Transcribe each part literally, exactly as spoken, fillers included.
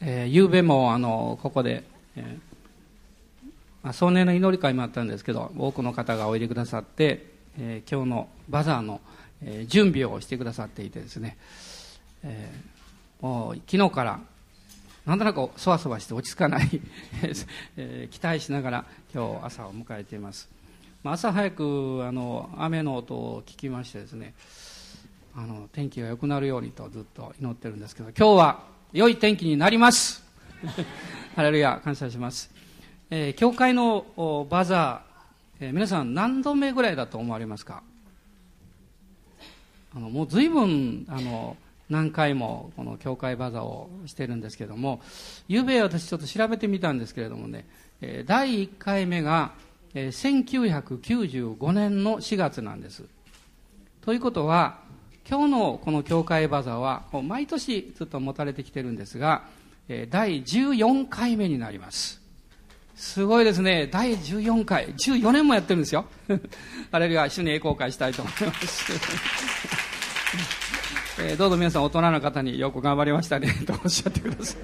えー、夕べもあのここで、えーまあ、壮年の祈り会もあったんですけど、多くの方がおいでくださって、えー、今日のバザーの、えー、準備をしてくださっていてですね、えー、もう昨日からなんとなくそわそわして落ち着かない、えー、期待しながら今日朝を迎えています。まあ、朝早くあの雨の音を聞きましてですね、あの天気が良くなるようにとずっと祈ってるんですけど、今日は良い天気になりますハレルヤ、感謝します。えー、教会のバザー、えー、皆さん何度目ぐらいだと思われますか？あのもう随分あの何回もこの教会バザーをしてるんですけども、昨べ私ちょっと調べてみたんですけれどもね、えー、だいいっかいめが、えー、せんきゅうひゃくきゅうじゅうごねんのしがつなんです。ということは今日のこの教会バザーは毎年ずっと持たれてきてるんですが、だいじゅうよんかいめになります。すごいですね。だいじゅうよんかい、じゅうよねんもやってるんですよあれは一緒に栄光会したいと思いますえー、どうぞ皆さん大人の方によく頑張りましたねとおっしゃってください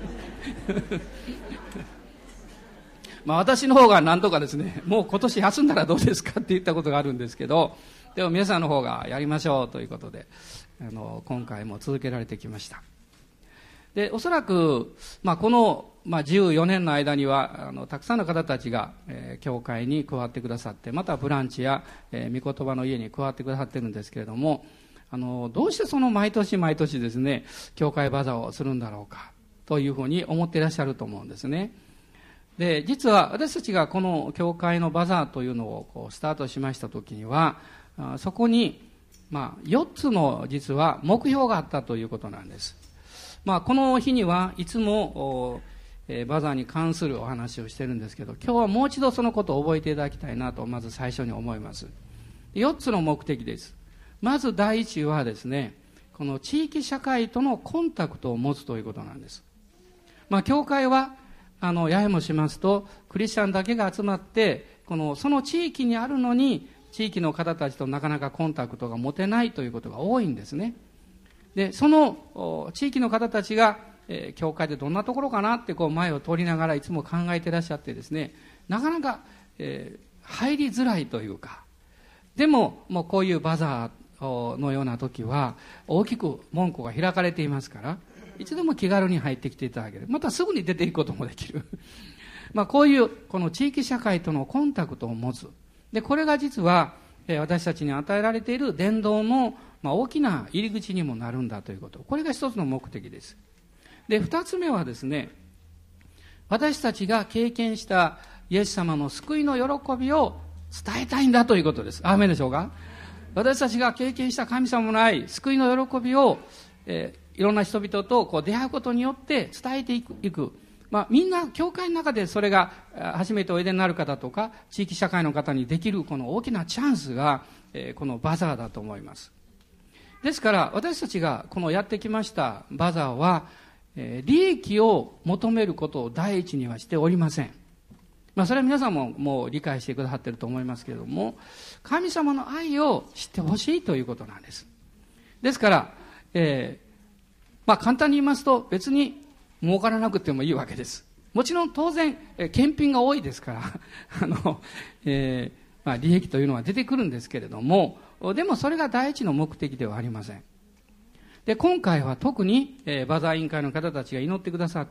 まあ私の方が何とかですね、もう今年休んだらどうですかって言ったことがあるんですけど、でも皆さんの方がやりましょうということで、あの今回も続けられてきました。でおそらく、まあ、この、まあ、じゅうよねんの間にはあのたくさんの方たちが、えー、教会に加わってくださって、またブランチや、えー、御言葉の家に加わってくださってるんですけれども、あのどうしてその毎年毎年ですね教会バザーをするんだろうかというふうに思っていらっしゃると思うんですね。で実は私たちがこの教会のバザーというのをこうスタートしました時には、そこに、まあ、よっつの実は目標があったということなんです。まあ、この日にはいつも、えー、バザーに関するお話をしてるんですけど、今日はもう一度そのことを覚えていただきたいなとまず最初に思います。よっつの目的です。まず第一はですね、この地域社会とのコンタクトを持つということなんです。まあ、教会はあのややもしますとクリスチャンだけが集まってこのその地域にあるのに地域の方たちとなかなかコンタクトが持てないということが多いんですね。でその地域の方たちが、えー、教会でどんなところかなってこう前を通りながらいつも考えていらっしゃってですね、なかなか、えー、入りづらいというか、でももうこういうバザーのような時は大きく門戸が開かれていますから、いつでも気軽に入ってきていただける、またすぐに出ていくこともできるまあこういうこの地域社会とのコンタクトを持つ。でこれが実は私たちに与えられている伝道の大きな入り口にもなるんだということ、これが一つの目的です。で二つ目はですね、私たちが経験したイエス様の救いの喜びを伝えたいんだということです。アーメンでしょうか。私たちが経験した神様の愛、救いの喜びを、えー、いろんな人々とこう出会うことによって伝えていく、いくまあ、みんな教会の中でそれが初めておいでになる方とか地域社会の方にできるこの大きなチャンスが、えー、このバザーだと思います。ですから私たちがこのやってきましたバザーは、えー、利益を求めることを第一にはしておりません。まあ、それは皆さんももう理解してくださっていると思いますけれども、神様の愛を知ってほしいということなんです。ですから、えーまあ、簡単に言いますと別に儲からなくてもいいわけです。もちろん当然、えー、検品が多いですからあの、えーまあ、利益というのは出てくるんですけれども、でもそれが第一の目的ではありません。で今回は特に、えー、バザー委員会の方たちが祈ってくださって、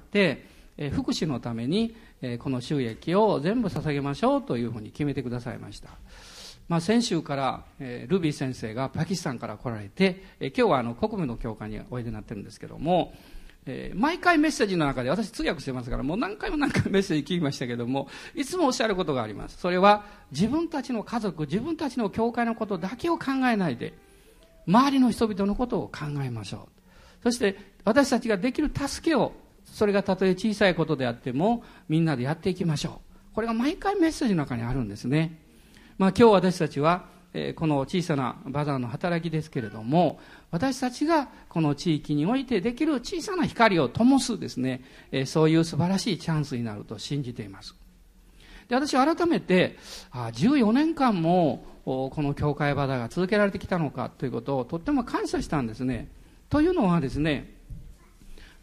えー、福祉のために、えー、この収益を全部捧げましょうというふうに決めてくださいました。まあ、先週から、えー、ルビー先生がパキスタンから来られて、えー、今日はあの国務の教会においでになってるんですけども、えー、毎回メッセージの中で私通訳してますからもう何回も何回もメッセージ聞きましたけども、いつもおっしゃることがあります。それは自分たちの家族、自分たちの教会のことだけを考えないで周りの人々のことを考えましょう。そして私たちができる助けを、それがたとえ小さいことであってもみんなでやっていきましょう。これが毎回メッセージの中にあるんですね。まあ、今日私たちは、えー、この小さなバザーの働きですけれども、私たちがこの地域においてできる小さな光を灯すですね、えー、そういう素晴らしいチャンスになると信じています。で私改めてあじゅうよねんかんもこの教会バザーが続けられてきたのかということをとっても感謝したんですね。というのはですね、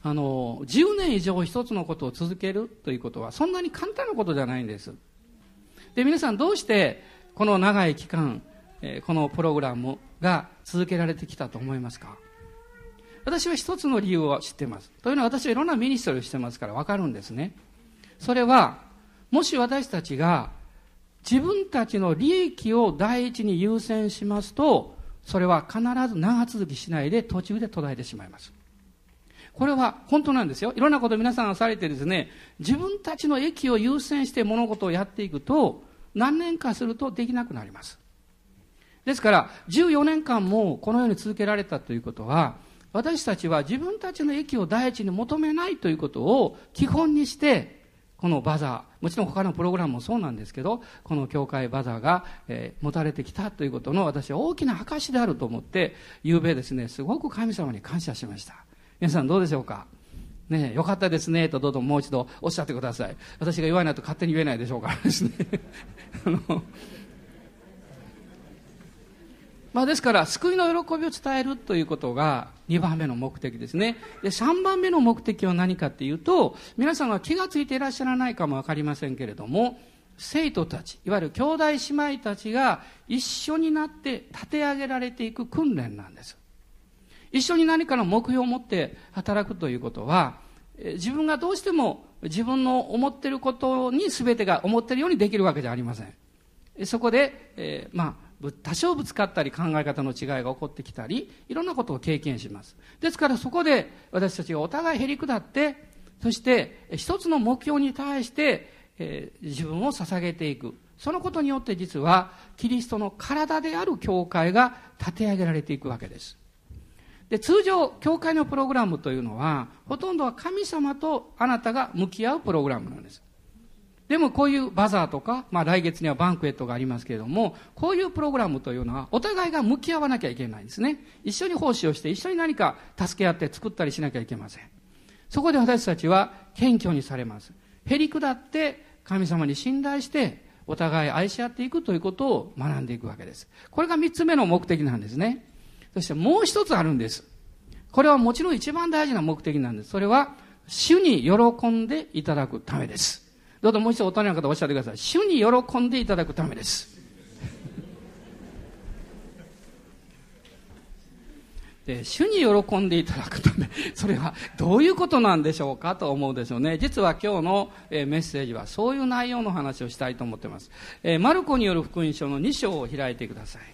あのじゅうねん以上一つのことを続けるということはそんなに簡単なことじゃないんです。で、皆さんどうしてこの長い期間、えー、このプログラムが続けられてきたと思いますか？私は一つの理由を知っています。というのは私はいろんなミニストリーをしてますから分かるんですね。それはもし私たちが自分たちの利益を第一に優先しますと、それは必ず長続きしないで途中で途絶えてしまいます。これは本当なんですよ。いろんなことを皆さんがされてですね、自分たちの益を優先して物事をやっていくと、何年かするとできなくなります。ですからじゅうよねんかんもこのように続けられたということは、私たちは自分たちの益を第一に求めないということを基本にして、このバザー、もちろん他のプログラムもそうなんですけど、この教会バザーが、えー、持たれてきたということの私は大きな証であると思って、ゆうべですね、すごく神様に感謝しました。皆さんどうでしょうかね。え、よかったですねとどうぞもう一度おっしゃってください。私が言わないと勝手に言えないでしょうからですねあのまあ、ですから救いの喜びを伝えるということがにばんめの目的ですね。で、さんばんめの目的は何かというと、皆さんが気がついていらっしゃらないかもわかりませんけれども、生徒たち、いわゆる兄弟姉妹たちが一緒になって立て上げられていく訓練なんです。一緒に何かの目標を持って働くということは、自分がどうしても自分の思っていることに全てが思っているようにできるわけじゃありません。そこで、えー、まあ多少ぶつかったり考え方の違いが起こってきたり、いろんなことを経験します。ですからそこで私たちがお互いへり下って、そして一つの目標に対して、えー、自分を捧げていく。そのことによって実はキリストの体である教会が立て上げられていくわけです。で、通常教会のプログラムというのはほとんどは神様とあなたが向き合うプログラムなんです。でもこういうバザーとか、まあ来月にはバンクエットがありますけれども、こういうプログラムというのはお互いが向き合わなきゃいけないんですね。一緒に奉仕をして一緒に何か助け合って作ったりしなきゃいけません。そこで私たちは謙虚にされます。へり下って神様に信頼してお互い愛し合っていくということを学んでいくわけです。これが三つ目の目的なんですね。そしてもう一つあるんです。これはもちろん一番大事な目的なんです。それは主に喜んでいただくためです。どうぞもう一度お隣の方おっしゃってください。主に喜んでいただくためですで、主に喜んでいただくため、それはどういうことなんでしょうかと思うでしょうね。実は今日のメッセージはそういう内容の話をしたいと思っています。マルコによる福音書のに章を開いてください。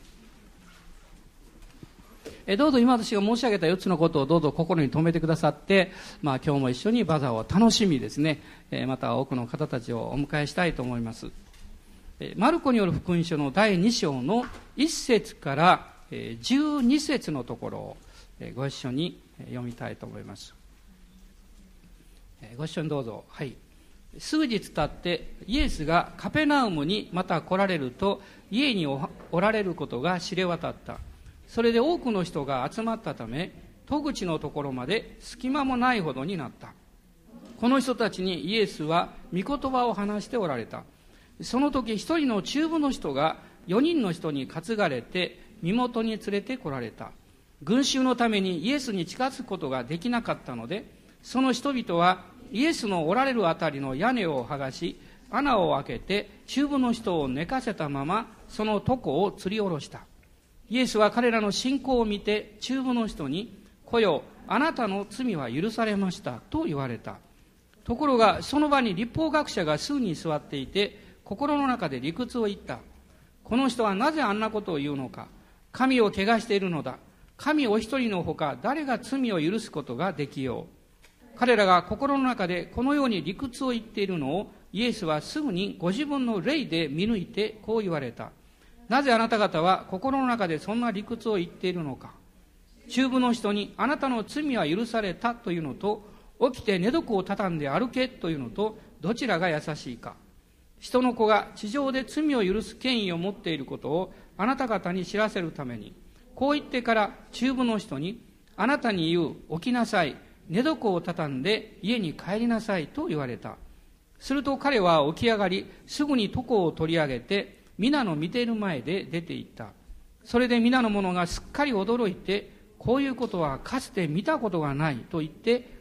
えどうぞ今私が申し上げたよっつのことをどうぞ心に留めてくださって、まあ、今日も一緒にバザーを楽しみですね、えまた多くの方たちをお迎えしたいと思います。えマルコによる福音書のだいに章のいっ節からじゅうに節のところをご一緒に読みたいと思います。ご一緒にどうぞ。はい。数日経ってイエスがカペナウムにまた来られると、家におられることが知れ渡った。それで多くの人が集まったため、戸口のところまで隙間もないほどになった。この人たちにイエスは御言葉を話しておられた。その時一人の中部の人が四人の人に担がれて身元に連れて来られた。群衆のためにイエスに近づくことができなかったので、その人々はイエスのおられるあたりの屋根を剥がし、穴を開けて中部の人を寝かせたままその床を吊り下ろした。イエスは彼らの信仰を見て中部の人に、来よ、あなたの罪は許されましたと言われた。ところがその場に律法学者が数人座っていて、心の中で理屈を言った。この人はなぜあんなことを言うのか。神を汚しているのだ。神お一人のほか誰が罪を許すことができよう。彼らが心の中でこのように理屈を言っているのをイエスはすぐにご自分の霊で見抜いてこう言われた。なぜあなた方は心の中でそんな理屈を言っているのか。中部の人にあなたの罪は許されたというのと、起きて寝床を畳んで歩けというのと、どちらが優しいか。人の子が地上で罪を許す権威を持っていることをあなた方に知らせるために、こう言ってから中部の人に、あなたに言う、起きなさい、寝床を畳んで家に帰りなさいと言われた。すると彼は起き上がり、すぐに床を取り上げて皆の見ている前で出て行った。それで皆の者がすっかり驚いて、こういうことはかつて見たことがないと言って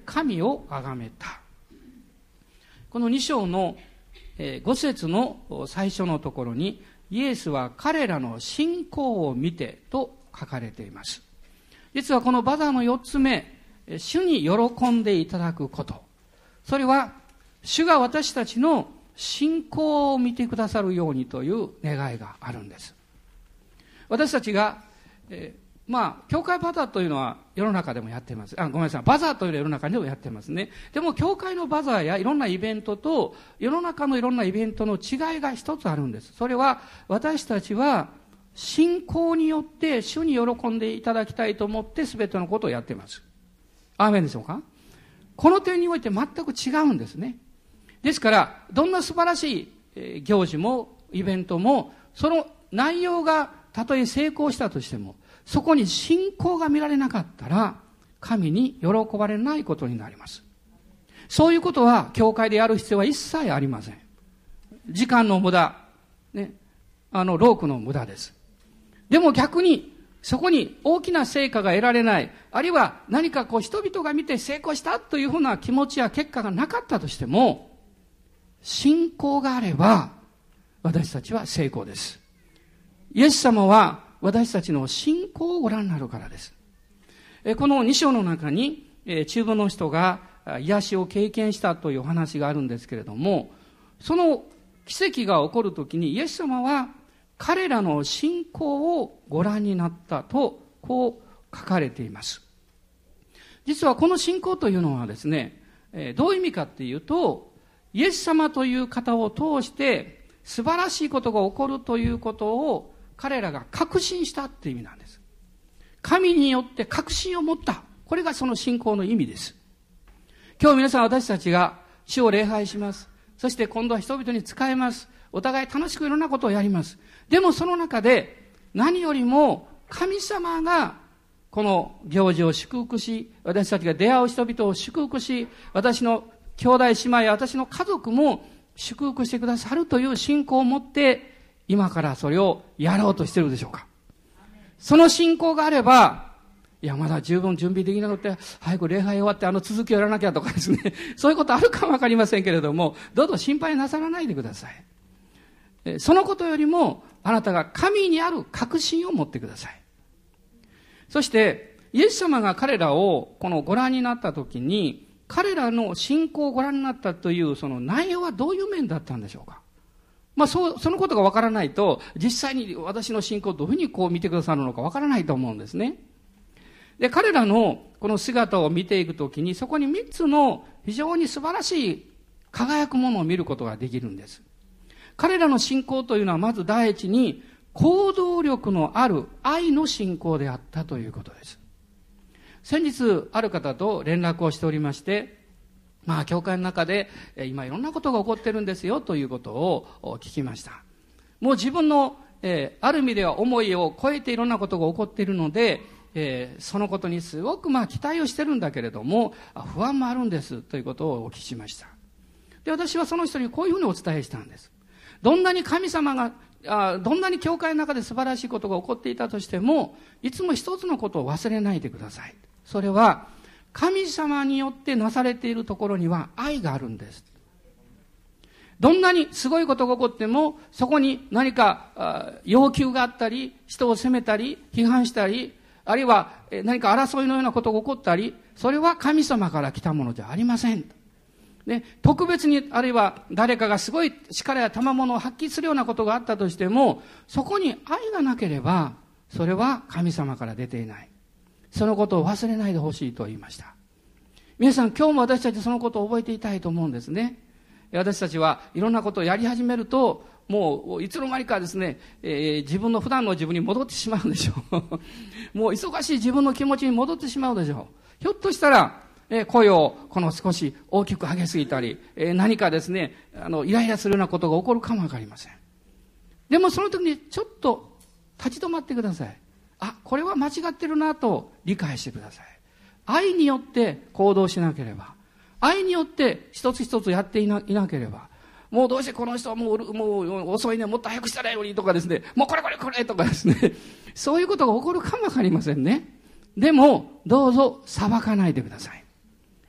神を崇めた。このに章のご節の最初のところに、イエスは彼らの信仰を見てと書かれています。実はこのバザーのよっつめ、主に喜んでいただくこと。それは、主が私たちの信仰を見てくださるようにという願いがあるんです。私たちが、えーまあ、教会バザーというのは世の中でもやってます。あ、ごめんなさい。バザーというのは世の中でもやってますね。でも、教会のバザーやいろんなイベントと、世の中のいろんなイベントの違いが一つあるんです。それは、私たちは、信仰によって主に喜んでいただきたいと思って全てのことをやっています。アーメンでしょうか？この点において全く違うんですね。ですから、どんな素晴らしい行事もイベントも、その内容がたとえ成功したとしても、そこに信仰が見られなかったら、神に喜ばれないことになります。そういうことは、教会でやる必要は一切ありません。時間の無駄、ね、あの、労苦の無駄です。でも逆に、そこに大きな成果が得られない、あるいは何かこう人々が見て成功したというふうな気持ちや結果がなかったとしても、信仰があれば、私たちは成功です。イエス様は私たちの信仰をご覧になるからです。このに章の中に、中部の人が癒しを経験したという話があるんですけれども、その奇跡が起こるときにイエス様は彼らの信仰をご覧になったと、こう書かれています。実はこの信仰というのはですね、どういう意味かっていうと、イエス様という方を通して素晴らしいことが起こるということを彼らが確信したっていう意味なんです。神によって確信を持った。これがその信仰の意味です。今日皆さん私たちが主を礼拝します。そして今度は人々に仕えます。お互い楽しくいろんなことをやります。でもその中で何よりも神様がこの行事を祝福し、私たちが出会う人々を祝福し、私の兄弟姉妹や私の家族も祝福してくださるという信仰を持って今からそれをやろうとしているでしょうか。その信仰があれば、いやまだ十分準備できなくて早く礼拝終わってあの続きをやらなきゃとかですね、そういうことあるかもわかりませんけれども、どうぞ心配なさらないでください。そのことよりもあなたが神にある確信を持ってください。そしてイエス様が彼らをこのご覧になったときに、彼らの信仰をご覧になったというその内容はどういう面だったんでしょうか。まあそう、そのことがわからないと、実際に私の信仰をどういうふうにこう見てくださるのかわからないと思うんですね。で、彼らのこの姿を見ていくときに、そこに三つの非常に素晴らしい輝くものを見ることができるんです。彼らの信仰というのはまず第一に行動力のある愛の信仰であったということです。先日ある方と連絡をしておりまして、まあ教会の中で今いろんなことが起こってるんですよということを聞きました。もう自分の、えー、ある意味では思いを超えていろんなことが起こっているので、えー、そのことにすごくまあ期待をしてるんだけれども不安もあるんですということをお聞きしました。で、私はその人にこういうふうにお伝えしたんです。どんなに神様があどんなに教会の中で素晴らしいことが起こっていたとしても、いつも一つのことを忘れないでください。それは神様によってなされているところには愛があるんです。どんなにすごいことが起こっても、そこに何か要求があったり、人を責めたり批判したり、あるいは何か争いのようなことが起こったり、それは神様から来たものじゃありません。で、特別にあるいは誰かがすごい力や賜物を発揮するようなことがあったとしても、そこに愛がなければそれは神様から出ていない。そのことを忘れないでほしいと言いました。皆さん、今日も私たちそのことを覚えていたいと思うんですね。私たちはいろんなことをやり始めると、もういつの間にかですね、えー、自分の普段の自分に戻ってしまうでしょう。もう忙しい自分の気持ちに戻ってしまうでしょう。ひょっとしたら、えー、声をこの少し大きく上げすぎたり、えー、何かですね、あのイライラするようなことが起こるかもわかりません。でもその時にちょっと立ち止まってください。あ、これは間違ってるなと理解してください。愛によって行動しなければ、愛によって一つ一つやってい な, いなければ、もうどうしてこの人はもう、もう遅いね、もっと早くしたらよりとかですね、もうこれこれこれとかですね、そういうことが起こるかもわかりませんね。でも、どうぞ裁かないでください。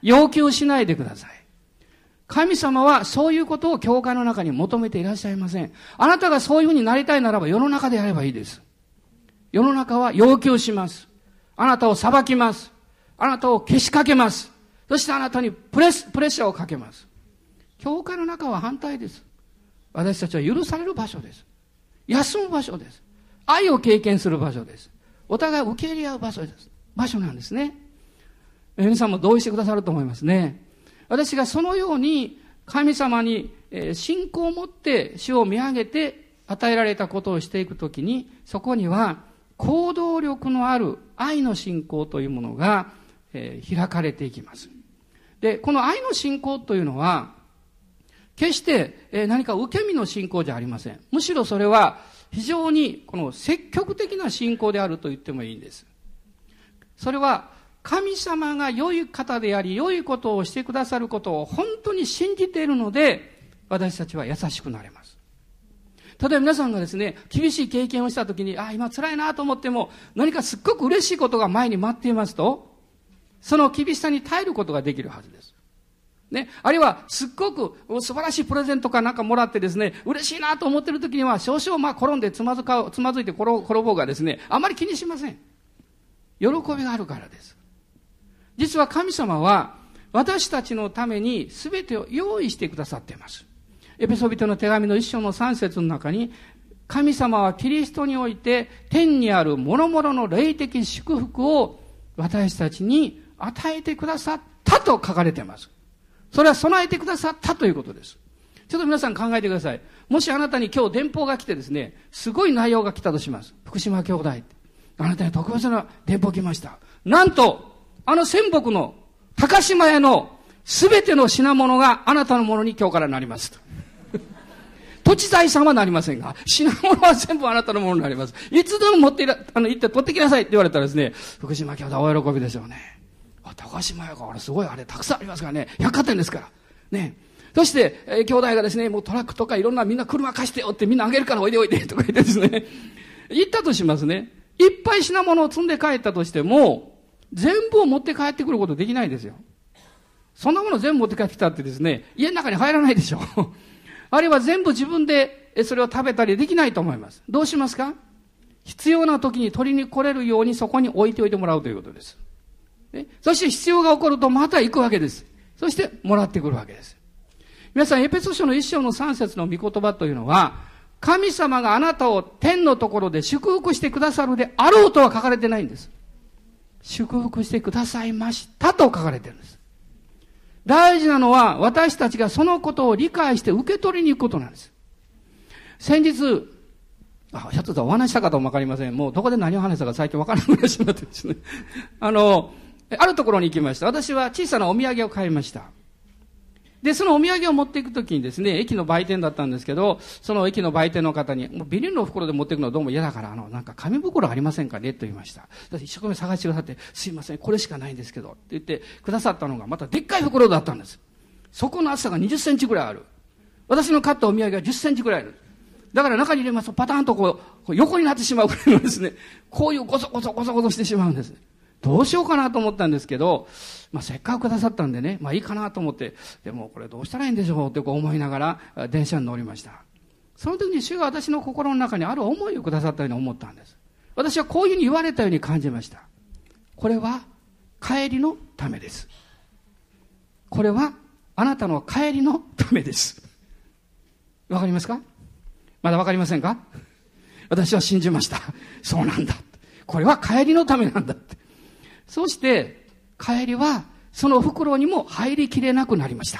要求しないでください。神様はそういうことを教会の中に求めていらっしゃいません。あなたがそういうふうになりたいならば世の中でやればいいです。世の中は要求します。あなたを裁きます。あなたをけしかけます。そしてあなたにプレス、プレッシャーをかけます。教会の中は反対です。私たちは許される場所です。休む場所です。愛を経験する場所です。お互い受け入れ合う場所です。場所なんですね。皆さんも同意してくださると思いますね。私がそのように神様に信仰を持って主を見上げて与えられたことをしていくときに、そこには行動力のある愛の信仰というものが開かれていきます。で、この愛の信仰というのは、決して何か受け身の信仰じゃありません。むしろそれは非常にこの積極的な信仰であると言ってもいいんです。それは神様が良い方であり、良いことをしてくださることを本当に信じているので、私たちは優しくなれます。例えば皆さんがですね、厳しい経験をしたときに、あ、今辛いなと思っても、何かすっごく嬉しいことが前に待っていますと、その厳しさに耐えることができるはずです。ね、あるいはすっごく素晴らしいプレゼントかなんかもらってですね、嬉しいなと思っているときには、少々まあ転んでつまずか、つまずいて転ぼうがですね、あまり気にしません。喜びがあるからです。実は神様は私たちのために全てを用意してくださっています。エペソビトの手紙の一章の三節の中に、神様はキリストにおいて天にある諸々の霊的祝福を私たちに与えてくださったと書かれています。それは備えてくださったということです。ちょっと皆さん考えてください。もしあなたに今日電報が来てですね、すごい内容が来たとします。福島兄弟って。あなたに特別な電報来ました。なんと、あの仙北の高島屋のすべての品物があなたのものに今日からなりますと。土地財産はなりませんが、品物は全部あなたのものになります。いつでも持っていら、あの、行って取ってきなさいって言われたらですね、福島兄弟お喜びでしょうね。あ、高島屋があれすごいあれたくさんありますからね。百貨店ですから。ね。そして、えー、兄弟がですね、もうトラックとかいろんなみんな車貸してよってみんなあげるからおいでおいでとか言ってですね、行ったとしますね。いっぱい品物を積んで帰ったとしても、全部を持って帰ってくることできないですよ。そんなもの全部持って帰ってきたってですね、家の中に入らないでしょ。あるいは全部自分でそれを食べたりできないと思います。どうしますか？必要な時に取りに来れるようにそこに置いておいてもらうということです。ね、そして必要が起こるとまた行くわけです。そしてもらってくるわけです。皆さん、エペソ書の一章の三節の御言葉というのは、神様があなたを天のところで祝福してくださるであろうとは書かれてないんです。祝福してくださいましたと書かれているんです。大事なのは私たちがそのことを理解して受け取りに行くことなんです。先日、あ、ひょっとしたらお話したかともわかりません。もうどこで何を話したか最近わからなくなってしまってですね。あの、あるところに行きました。私は小さなお土産を買いました。で、そのお土産を持っていくときにですね、駅の売店だったんですけど、その駅の売店の方に、もうビニールの袋で持っていくのはどうも嫌だから、あの、なんか紙袋ありませんかねと言いました。一生懸命探してくださって、すいません、これしかないんですけど、って言ってくださったのが、またでっかい袋だったんです。そこの厚さがにじゅっセンチぐらいある。私の買ったお土産はじゅっセンチぐらいある。だから中に入れますとパターンとこう、横になってしまうくらいのですね、こういうゴソゴソゴソゴソしてしまうんです。どうしようかなと思ったんですけど、まあ、せっかくくださったんでね、まあいいかなと思って、でもこれどうしたらいいんでしょうってこう思いながら電車に乗りました。その時に主が私の心の中にある思いをくださったように思ったんです。私はこういうふうに言われたように感じました。これは帰りのためです。これはあなたの帰りのためです。わかりますか？まだわかりませんか？私は信じました。そうなんだ。これは帰りのためなんだって。そして帰りはその袋にも入りきれなくなりました。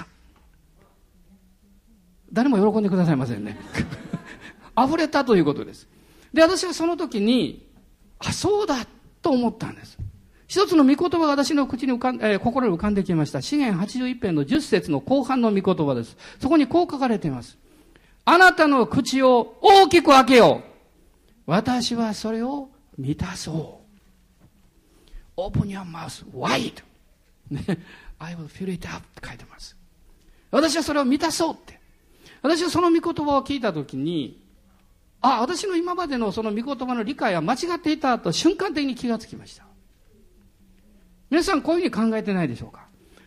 誰も喜んでくださいませんね。溢れたということです。で、私はその時に、あ、そうだと思ったんです。一つの御言葉が私の口に浮かん、えー、心に浮かんできました。詩編はちじゅういち編のじゅっ節の後半の御言葉です。そこにこう書かれています。あなたの口を大きく開けよう。私はそれを満たそう。Open your mouth wide. ね、I will fill it up って書いてます。私はそれを満たそうって。私はその御言葉を聞いたときに、あ、私の今までのその御言葉の理解は間違っていたと瞬間的に気がつきました。皆さんこういうふうに考えてないでしょうか？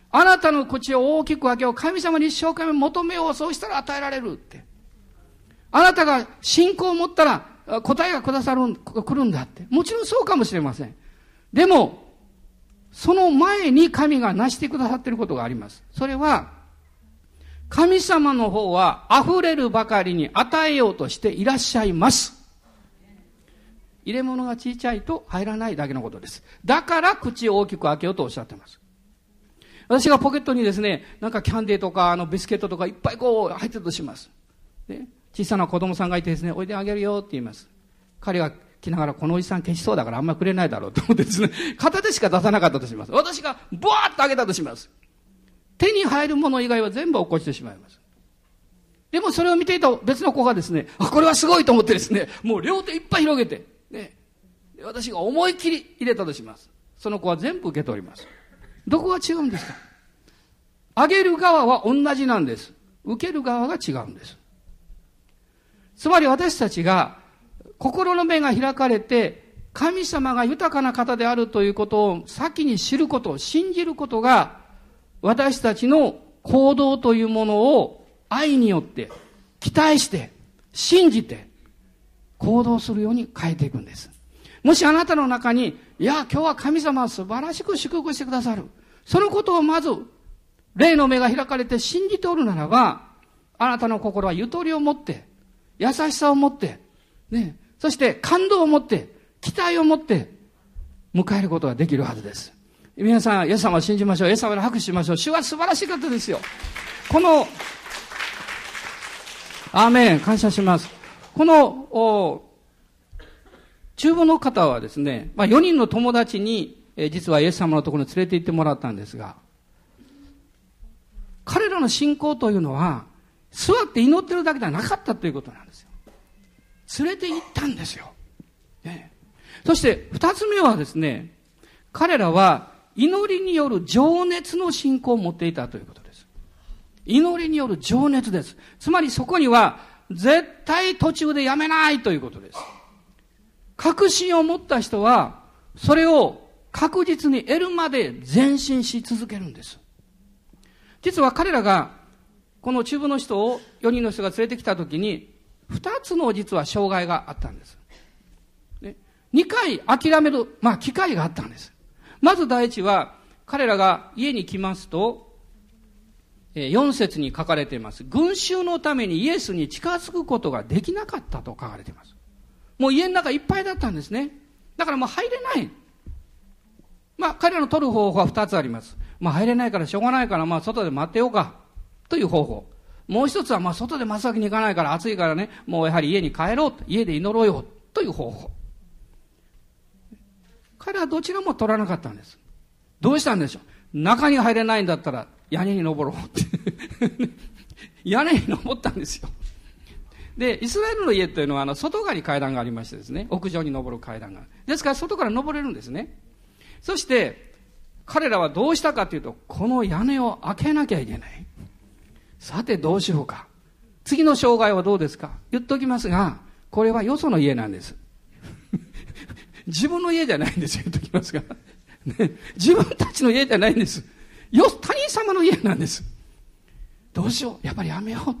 あなたの口を大きく開けよう。神様に一生懸命求めよう。そうしたら与えられるって。あなたが信仰を持ったら答えがくださる、来るんだって。もちろんそうかもしれません。でも、その前に神が成してくださっていることがあります。それは、神様の方は溢れるばかりに与えようとしていらっしゃいます。入れ物が小さいと入らないだけのことです。だから口を大きく開けようとおっしゃっています。私がポケットにですね、なんかキャンデーとかあのビスケットとかいっぱいこう入ってるとします。ね、小さな子供さんがいてですね、おいであげるよって言います。彼が来ながらこのおじさん消しそうだからあんまくれないだろうと思ってですね、片手しか出さなかったとします。私がブワーッとあげたとします。手に入るもの以外は全部落っこちてしまいます。でもそれを見ていた別の子がですね、あ、これはすごいと思ってですね、もう両手いっぱい広げて、ね、私が思いっきり入れたとします。その子は全部受け取ります。どこが違うんですか？あげる側は同じなんです。受ける側が違うんです。つまり私たちが心の目が開かれて神様が豊かな方であるということを先に知ること、信じることが私たちの行動というものを愛によって期待して信じて行動するように変えていくんです。もしあなたの中に、いや今日は神様は素晴らしく祝福してくださる、そのことをまず霊の目が開かれて信じておるならば、あなたの心はゆとりを持って優しさを持ってね、そして感動を持って期待を持って迎えることができるはずです。皆さん、イエス様を信じましょう。イエス様に拍手しましょう。主は素晴らしい方ですよ。この、アーメン、感謝します。この、中部の方はですね、まあよにんの友達に、え実はイエス様のところに連れて行ってもらったんですが、彼らの信仰というのは、座って祈ってるだけではなかったということなんですよ。連れて行ったんですよ。ね、そして二つ目はですね、彼らは祈りによる情熱の信仰を持っていたということです。祈りによる情熱です。つまりそこには絶対途中でやめないということです。確信を持った人はそれを確実に得るまで前進し続けるんです。実は彼らがこの中部の人をよにんの人が連れてきたときにふたつの実は障害があったんです。ね、にかい諦める、まあ機会があったんです。まず第一は彼らが家に来ますとよん節に書かれています。群衆のためにイエスに近づくことができなかったと書かれています。もう家の中いっぱいだったんですね。だからもう入れない。まあ彼らの取る方法はふたつあります。まあ入れないからしょうがないからまあ外で待ってようかという方法。もう一つはまあ外で真っ先に行かないから暑いからね、もうやはり家に帰ろう、家で祈ろうよという方法。彼はどちらも取らなかったんです。どうしたんでしょう。中に入れないんだったら屋根に登ろうって屋根に登ったんですよ。でイスラエルの家というのはあの外側に階段がありましてですね、屋上に登る階段がですから外から登れるんですね。そして彼らはどうしたかというと、この屋根を開けなきゃいけない。さてどうしようか。次の障害はどうですか。言っときますが、これはよその家なんです自分の家じゃないんですよ。言っときますが、ね、自分たちの家じゃないんですよ。他人様の家なんです。どうしよう、やっぱりやめようって、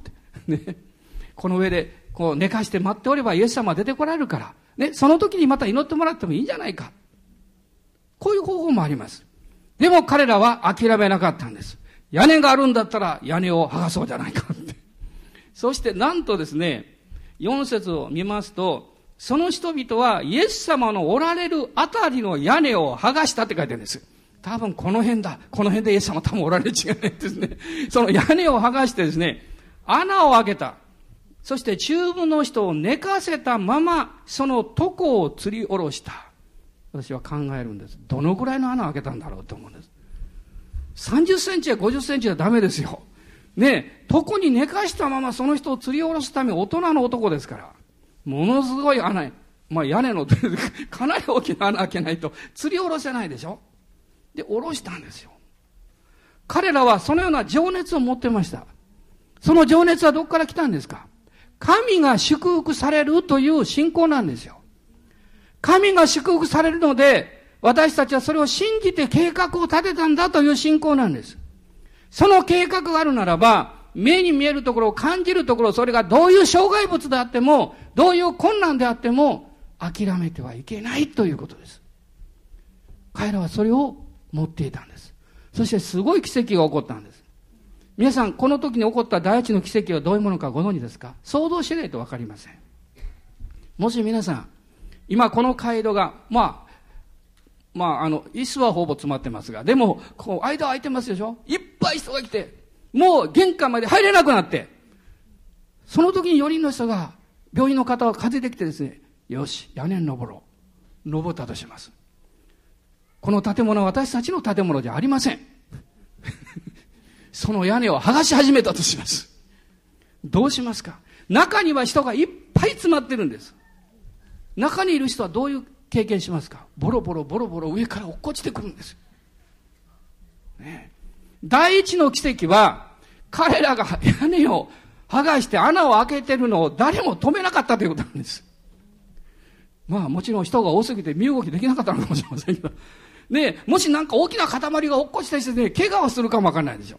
ね、この上でこう寝かして待っておればイエス様は出てこられるから、ね、その時にまた祈ってもらってもいいんじゃないか。こういう方法もあります。でも彼らは諦めなかったんです。屋根があるんだったら屋根を剥がそうじゃないかって。そしてなんとですね、よん節を見ますと、その人々はイエス様のおられるあたりの屋根を剥がしたって書いてるんです。多分この辺だ。この辺でイエス様多分おられる違いないですね。その屋根を剥がしてですね、穴を開けた。そして中部の人を寝かせたまま、その床を吊り下ろした。私は考えるんです。どのぐらいの穴を開けたんだろうと思うんです。さんじゅっセンチやごじゅっセンチはダメですよ。ねえ、床に寝かしたままその人を吊り下ろすため大人の男ですから。ものすごい穴、まあ屋根のかなり大きな穴開けないと吊り下ろせないでしょ。で、下ろしたんですよ。彼らはそのような情熱を持ってました。その情熱はどこから来たんですか。神が祝福されるという信仰なんですよ。神が祝福されるので、私たちはそれを信じて計画を立てたんだという信仰なんです。 その計画があるならば、目に見えるところ、感じるところ、それがどういう障害物であっても、どういう困難であっても、諦めてはいけないということです。彼らはそれを持っていたんです。そしてすごい奇跡が起こったんです。皆さん、この時に起こった第一の奇跡はどういうものかご存知ですか？想像しないとわかりません。もし皆さん、今この街道が、まあ、まあ、あの、椅子はほぼ詰まってますが、でも、こう、間空いてますでしょ？いっぱい人が来て、もう玄関まで入れなくなって、その時によにんの人が、病院の方を担いできてですね、よし、屋根に登ろう。登ったとします。この建物は私たちの建物じゃありません。その屋根を剥がし始めたとします。どうしますか？中には人がいっぱい詰まってるんです。中にいる人はどういう経験しますか？ボロボロボロボロ上から落っこちてくるんです。ね、第一の奇跡は、彼らが屋根を剥がして穴を開けてるのを誰も止めなかったということなんです。まあもちろん人が多すぎて身動きできなかったのかもしれませんけど。ね、もしなんか大きな塊が落っこちたりしてね、怪我をするかもわかんないでしょ。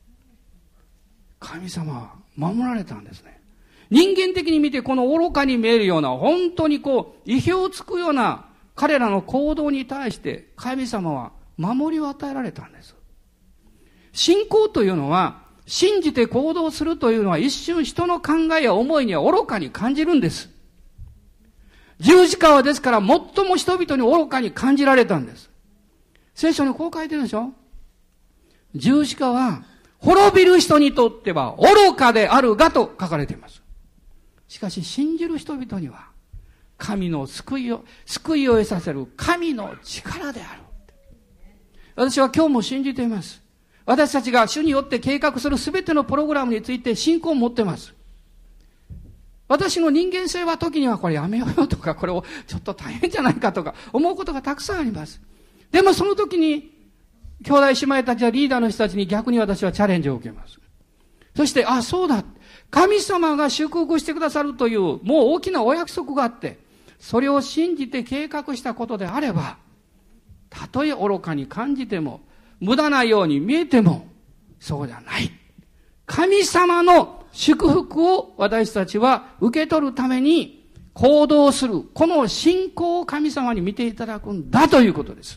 神様は守られたんですね。人間的に見てこの愚かに見えるような、本当にこう、意表をつくような彼らの行動に対して神様は守りを与えられたんです。信仰というのは、信じて行動するというのは一瞬人の考えや思いには愚かに感じるんです。十字架はですから最も人々に愚かに感じられたんです。聖書にこう書いてるでしょ？十字架は滅びる人にとっては愚かであるがと書かれています。しかし信じる人々には神の救いを、救いを得させる神の力である。私は今日も信じています。私たちが主によって計画するすべてのプログラムについて信仰を持っています。私の人間性は時にはこれやめようよとか、これをちょっと大変じゃないかとか思うことがたくさんあります。でもその時に兄弟姉妹たちやリーダーの人たちに逆に私はチャレンジを受けます。そして、あ、そうだ。神様が祝福してくださるというもう大きなお約束があって、それを信じて計画したことであれば、たとえ愚かに感じても、無駄なように見えても、そうじゃない。神様の祝福を私たちは受け取るために行動する。この信仰を神様に見ていただくんだということです。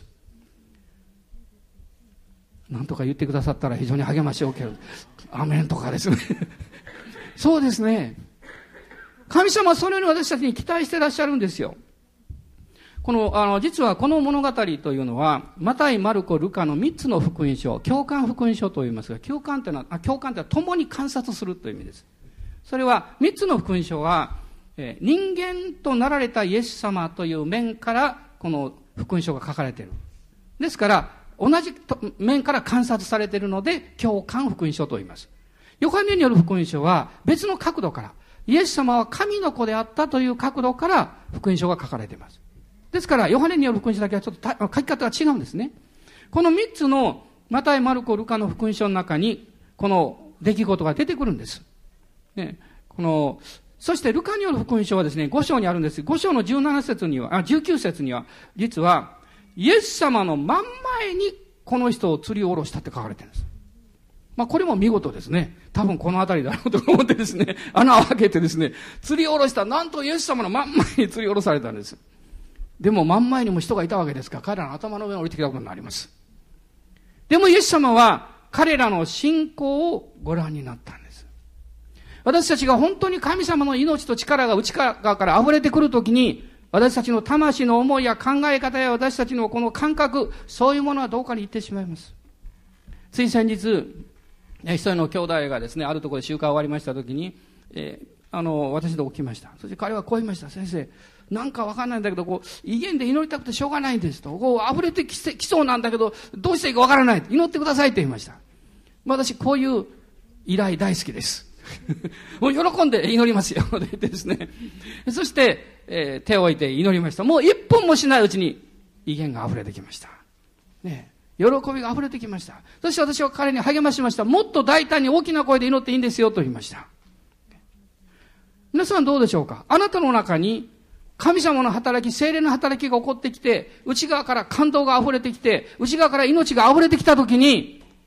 なんとか言ってくださったら非常に励ましを受ける。アメンとかですね。そうですね。神様はそのように私たちに期待していらっしゃるんですよ。この、あの、実はこの物語というのは、マタイ、マルコ、ルカの三つの福音書、共感福音書と言いますが、共感というのは、あ、共感というのは共に観察するという意味です。それは、三つの福音書は、えー、人間となられたイエス様という面から、この福音書が書かれている。ですから、同じ面から観察されているので、共感福音書と言います。ヨハネによる福音書は、別の角度から、イエス様は神の子であったという角度から、福音書が書かれています。ですから、ヨハネによる福音書だけはちょっと書き方が違うんですね。この三つのマタイ、マルコ、ルカの福音書の中に、この出来事が出てくるんです。ね、この、そしてルカによる福音書はですね、五章にあるんです。五章のじゅうなな節には、あ、じゅうきゅう節には、実は、イエス様の真ん前にこの人を釣り下ろしたって書かれてるんです。まあ、これも見事ですね。多分この辺りだろうと思ってですね、穴を開けてですね、釣り下ろした、なんとイエス様の真ん前に釣り下ろされたんです。でも真ん前にも人がいたわけですから、彼らの頭の上に降りてきたことになります。でもイエス様は彼らの信仰をご覧になったんです。私たちが本当に神様の命と力が内側から溢れてくるときに、私たちの魂の思いや考え方や私たちのこの感覚、そういうものはどうかに行ってしまいます。つい先日、一人の兄弟がですね、あるところで集会終わりましたときに、えー、あの、私のとこ来ました。そして彼はこう言いました。先生、なんかわかんないんだけど、こう、威厳で祈りたくてしょうがないんですと。こう、溢れてきせきそうなんだけど、どうしていいかわからない。祈ってくださいって言いました。私、こういう依頼大好きです。もう喜んで祈りますよ。と言ってですね。そして、えー、手を置いて祈りました。もう一分もしないうちに威厳が溢れてきました。ね、喜びが溢れてきました。そして私は彼に励ましました。もっと大胆に大きな声で祈っていいんですよと言いました。皆さんどうでしょうか？あなたの中に神様の働き、聖霊の働きが起こってきて、内側から感動が溢れてきて、内側から命が溢れてきたときに、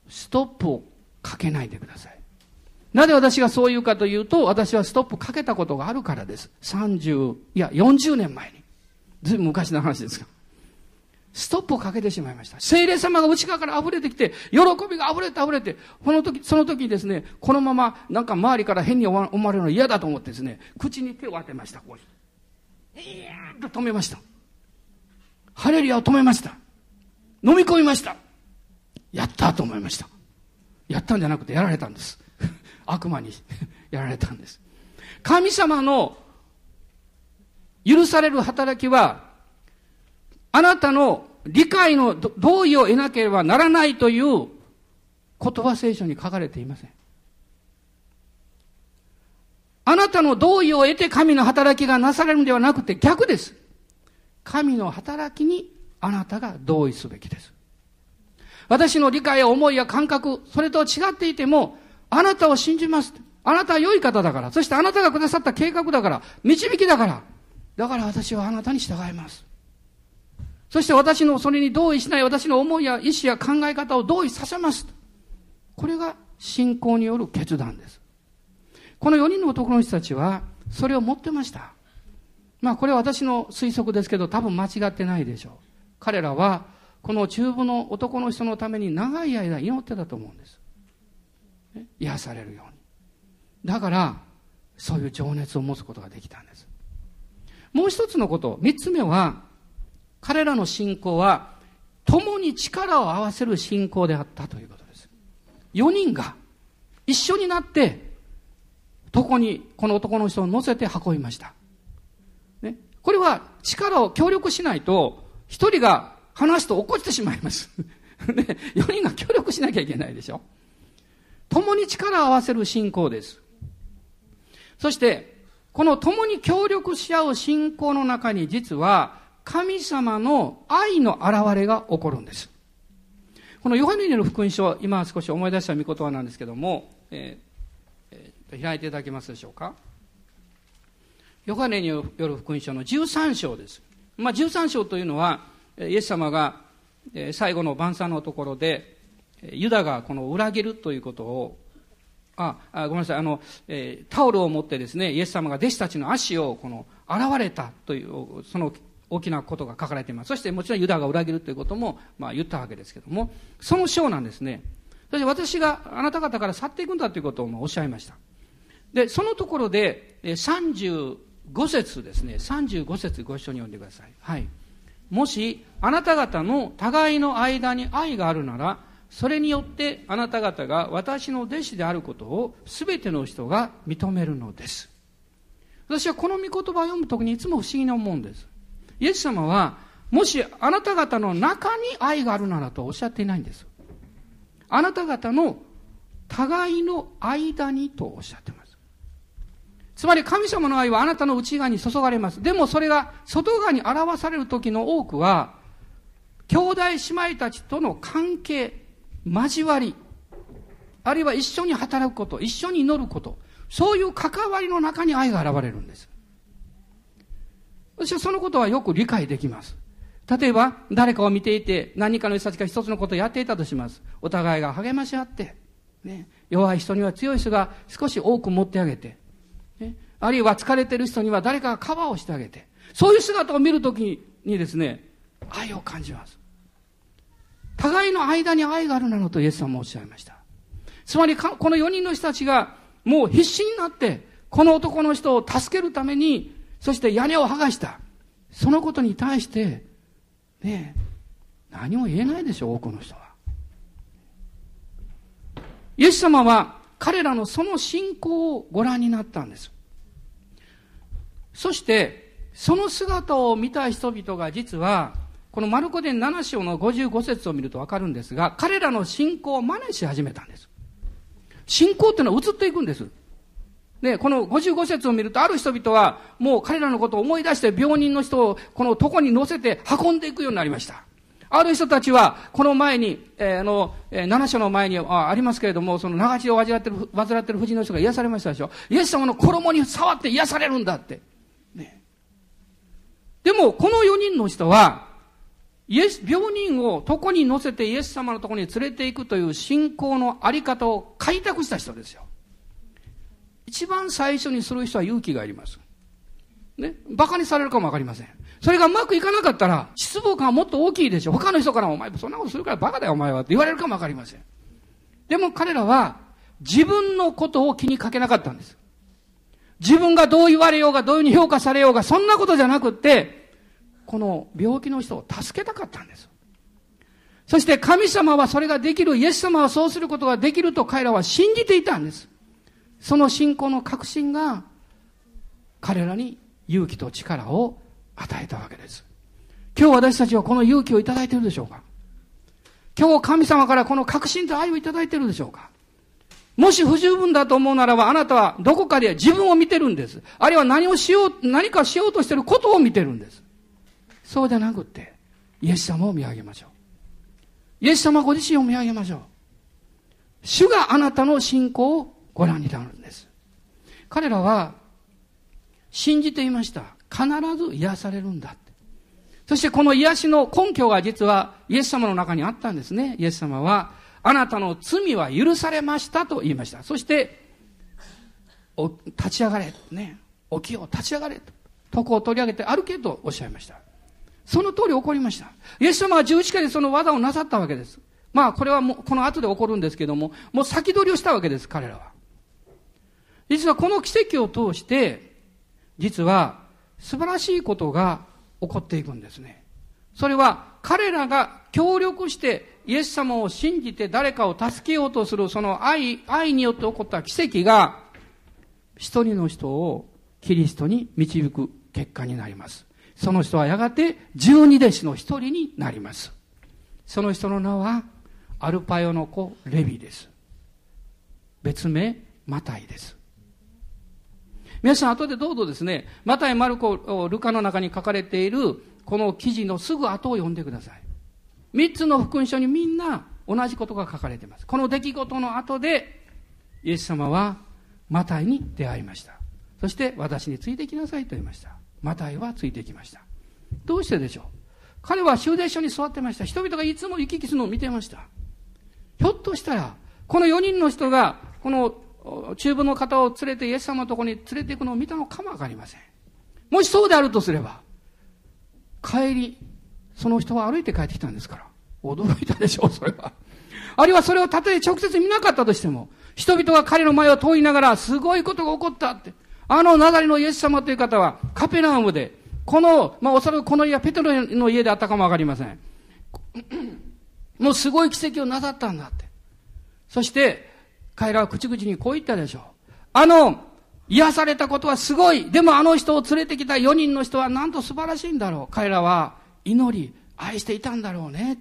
ストップをかけないでください。なぜ私がそう言うかというと、私はストップかけたことがあるからです。さんじゅう、いやよんじゅうねんまえに。ずいぶん昔の話ですが。ストップをかけてしまいました。聖霊様が内側から溢れてきて、喜びが溢れて溢れて、この時、その時にですね、このままなんか周りから変に思われるの嫌だと思ってですね、口に手を当てました。こういやーっと止めました。ハレルヤを止めました。飲み込みました。やったと思いました。やったんじゃなくてやられたんです。悪魔にやられたんです。神様の許される働きは、あなたの理解の同意を得なければならないということは聖書に書かれていません。あなたの同意を得て神の働きがなされるのではなくて逆です。神の働きにあなたが同意すべきです。私の理解や思いや感覚、それと違っていても、あなたを信じます。あなたは良い方だから、そしてあなたがくださった計画だから、導きだから、だから私はあなたに従います。そして私のそれに同意しない私の思いや意思や考え方を同意させます。これが信仰による決断です。このよにんの男の人たちはそれを持ってました。まあこれは私の推測ですけど多分間違ってないでしょう。彼らはこの中部の男の人のために長い間祈ってたと思うんです。癒されるように。だからそういう情熱を持つことができたんです。もう一つのこと、三つ目は彼らの信仰は共に力を合わせる信仰であったということです。よにんが一緒になって床にこの男の人を乗せて運びました、ね、これは力を協力しないと一人が話すと落っこちてしまいます、ね、よにんが協力しなきゃいけないでしょ。共に力を合わせる信仰です。そしてこの共に協力し合う信仰の中に実は神様の愛の現れが起こるんです。このヨハネによる福音書、今少し思い出した御言葉なんですけども、えーえー、開いていただけますでしょうか。ヨハネによる福音書のじゅうさん章です。まあ、じゅうさん章というのはイエス様が最後の晩餐のところでユダがこの裏切るということをああごめんなさいあの、えー、タオルを持ってですねイエス様が弟子たちの足をこの現れたというその大きなことが書かれています。そしてもちろんユダが裏切るということも、まあ、言ったわけですけども、その章なんですね。そして私があなた方から去っていくんだということをおっしゃいました。でそのところでさんじゅうご節ですね。さんじゅうご節ご一緒に読んでください。はい。もしあなた方の互いの間に愛があるなら、それによってあなた方が私の弟子であることをすべての人が認めるのです。私はこの御言葉を読むときにいつも不思議に思うんです。イエス様はもしあなた方の中に愛があるならとおっしゃっていないんです。あなた方の互いの間にとおっしゃっています。つまり神様の愛はあなたの内側に注がれます。でもそれが外側に表される時の多くは兄弟姉妹たちとの関係、交わり、あるいは一緒に働くこと、一緒に祈ること、そういう関わりの中に愛が現れるんです。私はそのことはよく理解できます。例えば誰かを見ていて何かの人たちが一つのことをやっていたとします。お互いが励まし合って、ね、弱い人には強い人が少し多く持ってあげて、ね、あるいは疲れている人には誰かがカバーをしてあげて、そういう姿を見るときにですね、愛を感じます。互いの間に愛があるなのとイエス様もおっしゃいました。つまりこのよにんの人たちがもう必死になってこの男の人を助けるために、そして屋根を剥がした。そのことに対して、ねえ、何も言えないでしょう、多くの人は。イエス様は彼らのその信仰をご覧になったんです。そして、その姿を見た人々が実は、このマルコ伝なな章のごじゅうご節を見るとわかるんですが、彼らの信仰を真似し始めたんです。信仰っていうのは移っていくんです。で、このごじゅうご節を見ると、ある人々はもう彼らのことを思い出して病人の人をこの床に乗せて運んでいくようになりました。ある人たちはこの前に、えー、あの、えー、なな章の前に あ, ありますけれども、その長血を患ってる、患ってる婦人の人が癒されましたでしょ。イエス様の衣に触って癒されるんだって。ね。でもこのよにんの人は、 イエス、病人を床に乗せてイエス様のところに連れて行くという信仰のあり方を開拓した人ですよ。一番最初にする人は勇気がいります。ね。馬鹿にされるかもわかりません。それがうまくいかなかったら、失望感はもっと大きいでしょ。他の人からお前そんなことするから馬鹿だよお前はって言われるかもわかりません。でも彼らは自分のことを気にかけなかったんです。自分がどう言われようがどういうふうに評価されようがそんなことじゃなくって、この病気の人を助けたかったんです。そして神様はそれができる、イエス様はそうすることができると彼らは信じていたんです。その信仰の確信が彼らに勇気と力を与えたわけです。今日私たちはこの勇気をいただいているでしょうか？今日神様からこの確信と愛をいただいているでしょうか？もし不十分だと思うならば、あなたはどこかで自分を見てるんです。あるいは何をしよう、何かしようとしていることを見てるんです。そうじゃなくって、イエス様を見上げましょう。イエス様ご自身を見上げましょう。主があなたの信仰をご覧になるんです。彼らは信じていました。必ず癒されるんだって。そしてこの癒しの根拠が実はイエス様の中にあったんですね。イエス様は、あなたの罪は許されましたと言いました。そして、お立ち上がれ、ね、起きよう、立ち上がれと、床を取り上げて歩けとおっしゃいました。その通り起こりました。イエス様は十字架でその技をなさったわけです。まあこれはもうこの後で起こるんですけども、もう先取りをしたわけです、彼らは。実はこの奇跡を通して、実は素晴らしいことが起こっていくんですね。それは彼らが協力してイエス様を信じて誰かを助けようとするその愛、愛によって起こった奇跡が一人の人をキリストに導く結果になります。その人はやがて十二弟子の一人になります。その人の名はアルパヨの子レビです。別名マタイです。皆さん後でどうぞですね、マタイ、マルコ、ルカの中に書かれているこの記事のすぐ後を読んでください。三つの福音書にみんな同じことが書かれています。この出来事の後でイエス様はマタイに出会いました。そして私についてきなさいと言いました。マタイはついてきました。どうしてでしょう？彼は修道所に座ってました。人々がいつも行き来するのを見てました。ひょっとしたらこのよにんの人がこの中部の方を連れてイエス様のところに連れて行くのを見たのかもわかりません。もしそうであるとすれば、帰りその人は歩いて帰ってきたんですから驚いたでしょう、それは。あるいはそれをたとえ直接見なかったとしても、人々が彼の前を通りながらすごいことが起こったって、あのナザレのイエス様という方はカペナウムで、このまあおそらくこの家はペテロの家であったかもわかりません。もうすごい奇跡をなさったんだって。そして彼らは口々にこう言ったでしょう。あの癒されたことはすごい。でもあの人を連れてきたよにんの人はなんと素晴らしいんだろう。彼らは祈り、愛していたんだろうねって。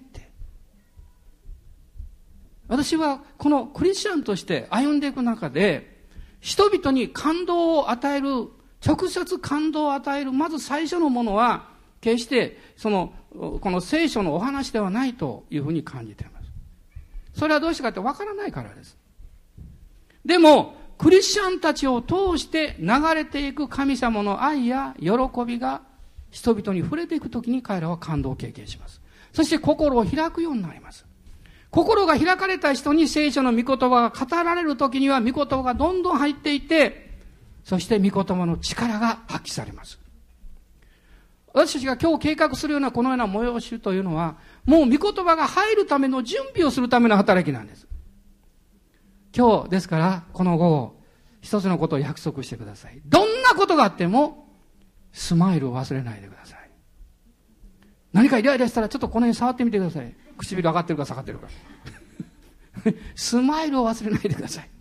私はこのクリスチャンとして歩んでいく中で、人々に感動を与える、直接感動を与える、まず最初のものは、決してその、この聖書のお話ではないというふうに感じています。それはどうしてかってわからないからです。でも、クリスチャンたちを通して流れていく神様の愛や喜びが人々に触れていくときに彼らは感動を経験します。そして心を開くようになります。心が開かれた人に聖書の御言葉が語られるときには御言葉がどんどん入っていて、そして御言葉の力が発揮されます。私たちが今日計画するようなこのような催しというのは、もう御言葉が入るための準備をするための働きなんです。今日ですからこの午後一つのことを約束してください。どんなことがあってもスマイルを忘れないでください。何かイライラしたらちょっとこの辺触ってみてください。唇上がってるか下がってるかスマイルを忘れないでください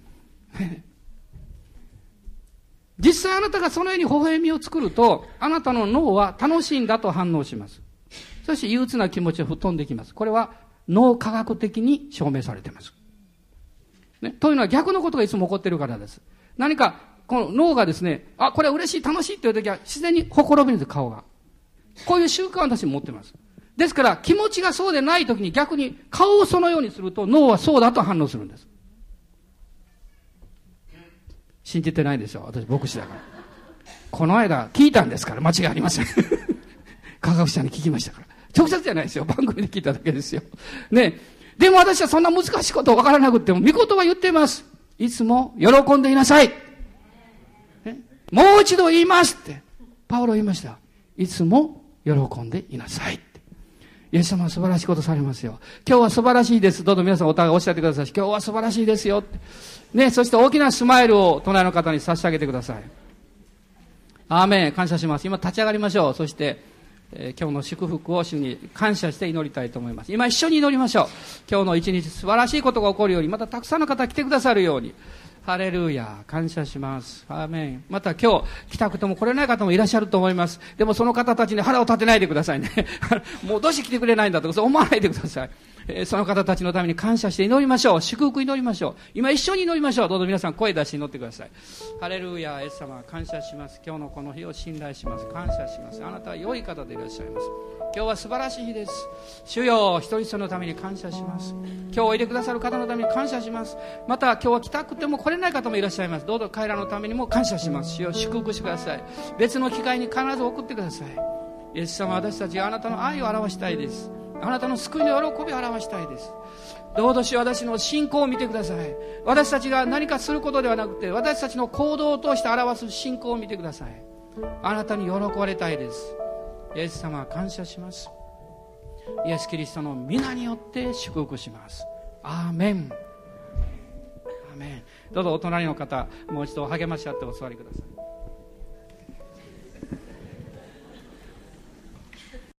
実際あなたがそのように微笑みを作ると、あなたの脳は楽しいんだと反応します。そして憂鬱な気持ちが吹っ飛んできます。これは脳科学的に証明されています、ね、というのは逆のことがいつも起こっているからです。何かこの脳がですね、あ、これは嬉しい楽しいという時は自然にほころびるんです、顔が。こういう習慣を私も持っています。ですから気持ちがそうでない時に逆に顔をそのようにすると脳はそうだと反応するんです。信じてないでしょ、私牧師だから。この間聞いたんですから間違いありません科学者に聞きましたから直接じゃないですよ。番組で聞いただけですよ。ね。でも私はそんな難しいこと分からなくても、御言葉言っています。いつも喜んでいなさい。ね、もう一度言いますって。パウロ言いました。いつも喜んでいなさいって。イエス様は素晴らしいことされますよ。今日は素晴らしいです。どうぞ皆さんお互いおっしゃってください。今日は素晴らしいですよって。ね、そして大きなスマイルを隣の方に差し上げてください。アーメン。感謝します。今立ち上がりましょう。そして、えー、今日の祝福を主に感謝して祈りたいと思います。今一緒に祈りましょう。今日の一日素晴らしいことが起こるように、またたくさんの方来てくださるように。ハレルヤ。感謝します。アーメン。また今日来たくても来れない方もいらっしゃると思います。でもその方たちに腹を立てないでくださいね。もうどうして来てくれないんだとかそう思わないでください。えー、その方たちのために感謝して祈りましょう。祝福祈りましょう。今一緒に祈りましょう。どうぞ皆さん声出して祈ってください。ハレルヤ。イエス様感謝します。今日のこの日を信頼します。感謝します。あなたは良い方でいらっしゃいます。今日は素晴らしい日です。主よ、一人一人のために感謝します。今日おいでくださる方のために感謝します。また今日は来たくても来れない方もいらっしゃいます。どうぞ彼らのためにも感謝します。主よ、祝福してください。別の機会に必ず送ってください。イエス様、私たちはあなたの愛を表したいです。あなたの救いの喜びを表したいです。どうぞ主よ、私の信仰を見てください。私たちが何かすることではなくて、私たちの行動を通して表す信仰を見てください。あなたに喜ばれたいです。イエス様、感謝します。イエス・キリストの皆によって祝福します。アーメン。アーメン。どうぞお隣の方、もう一度励まし合ってお座りください。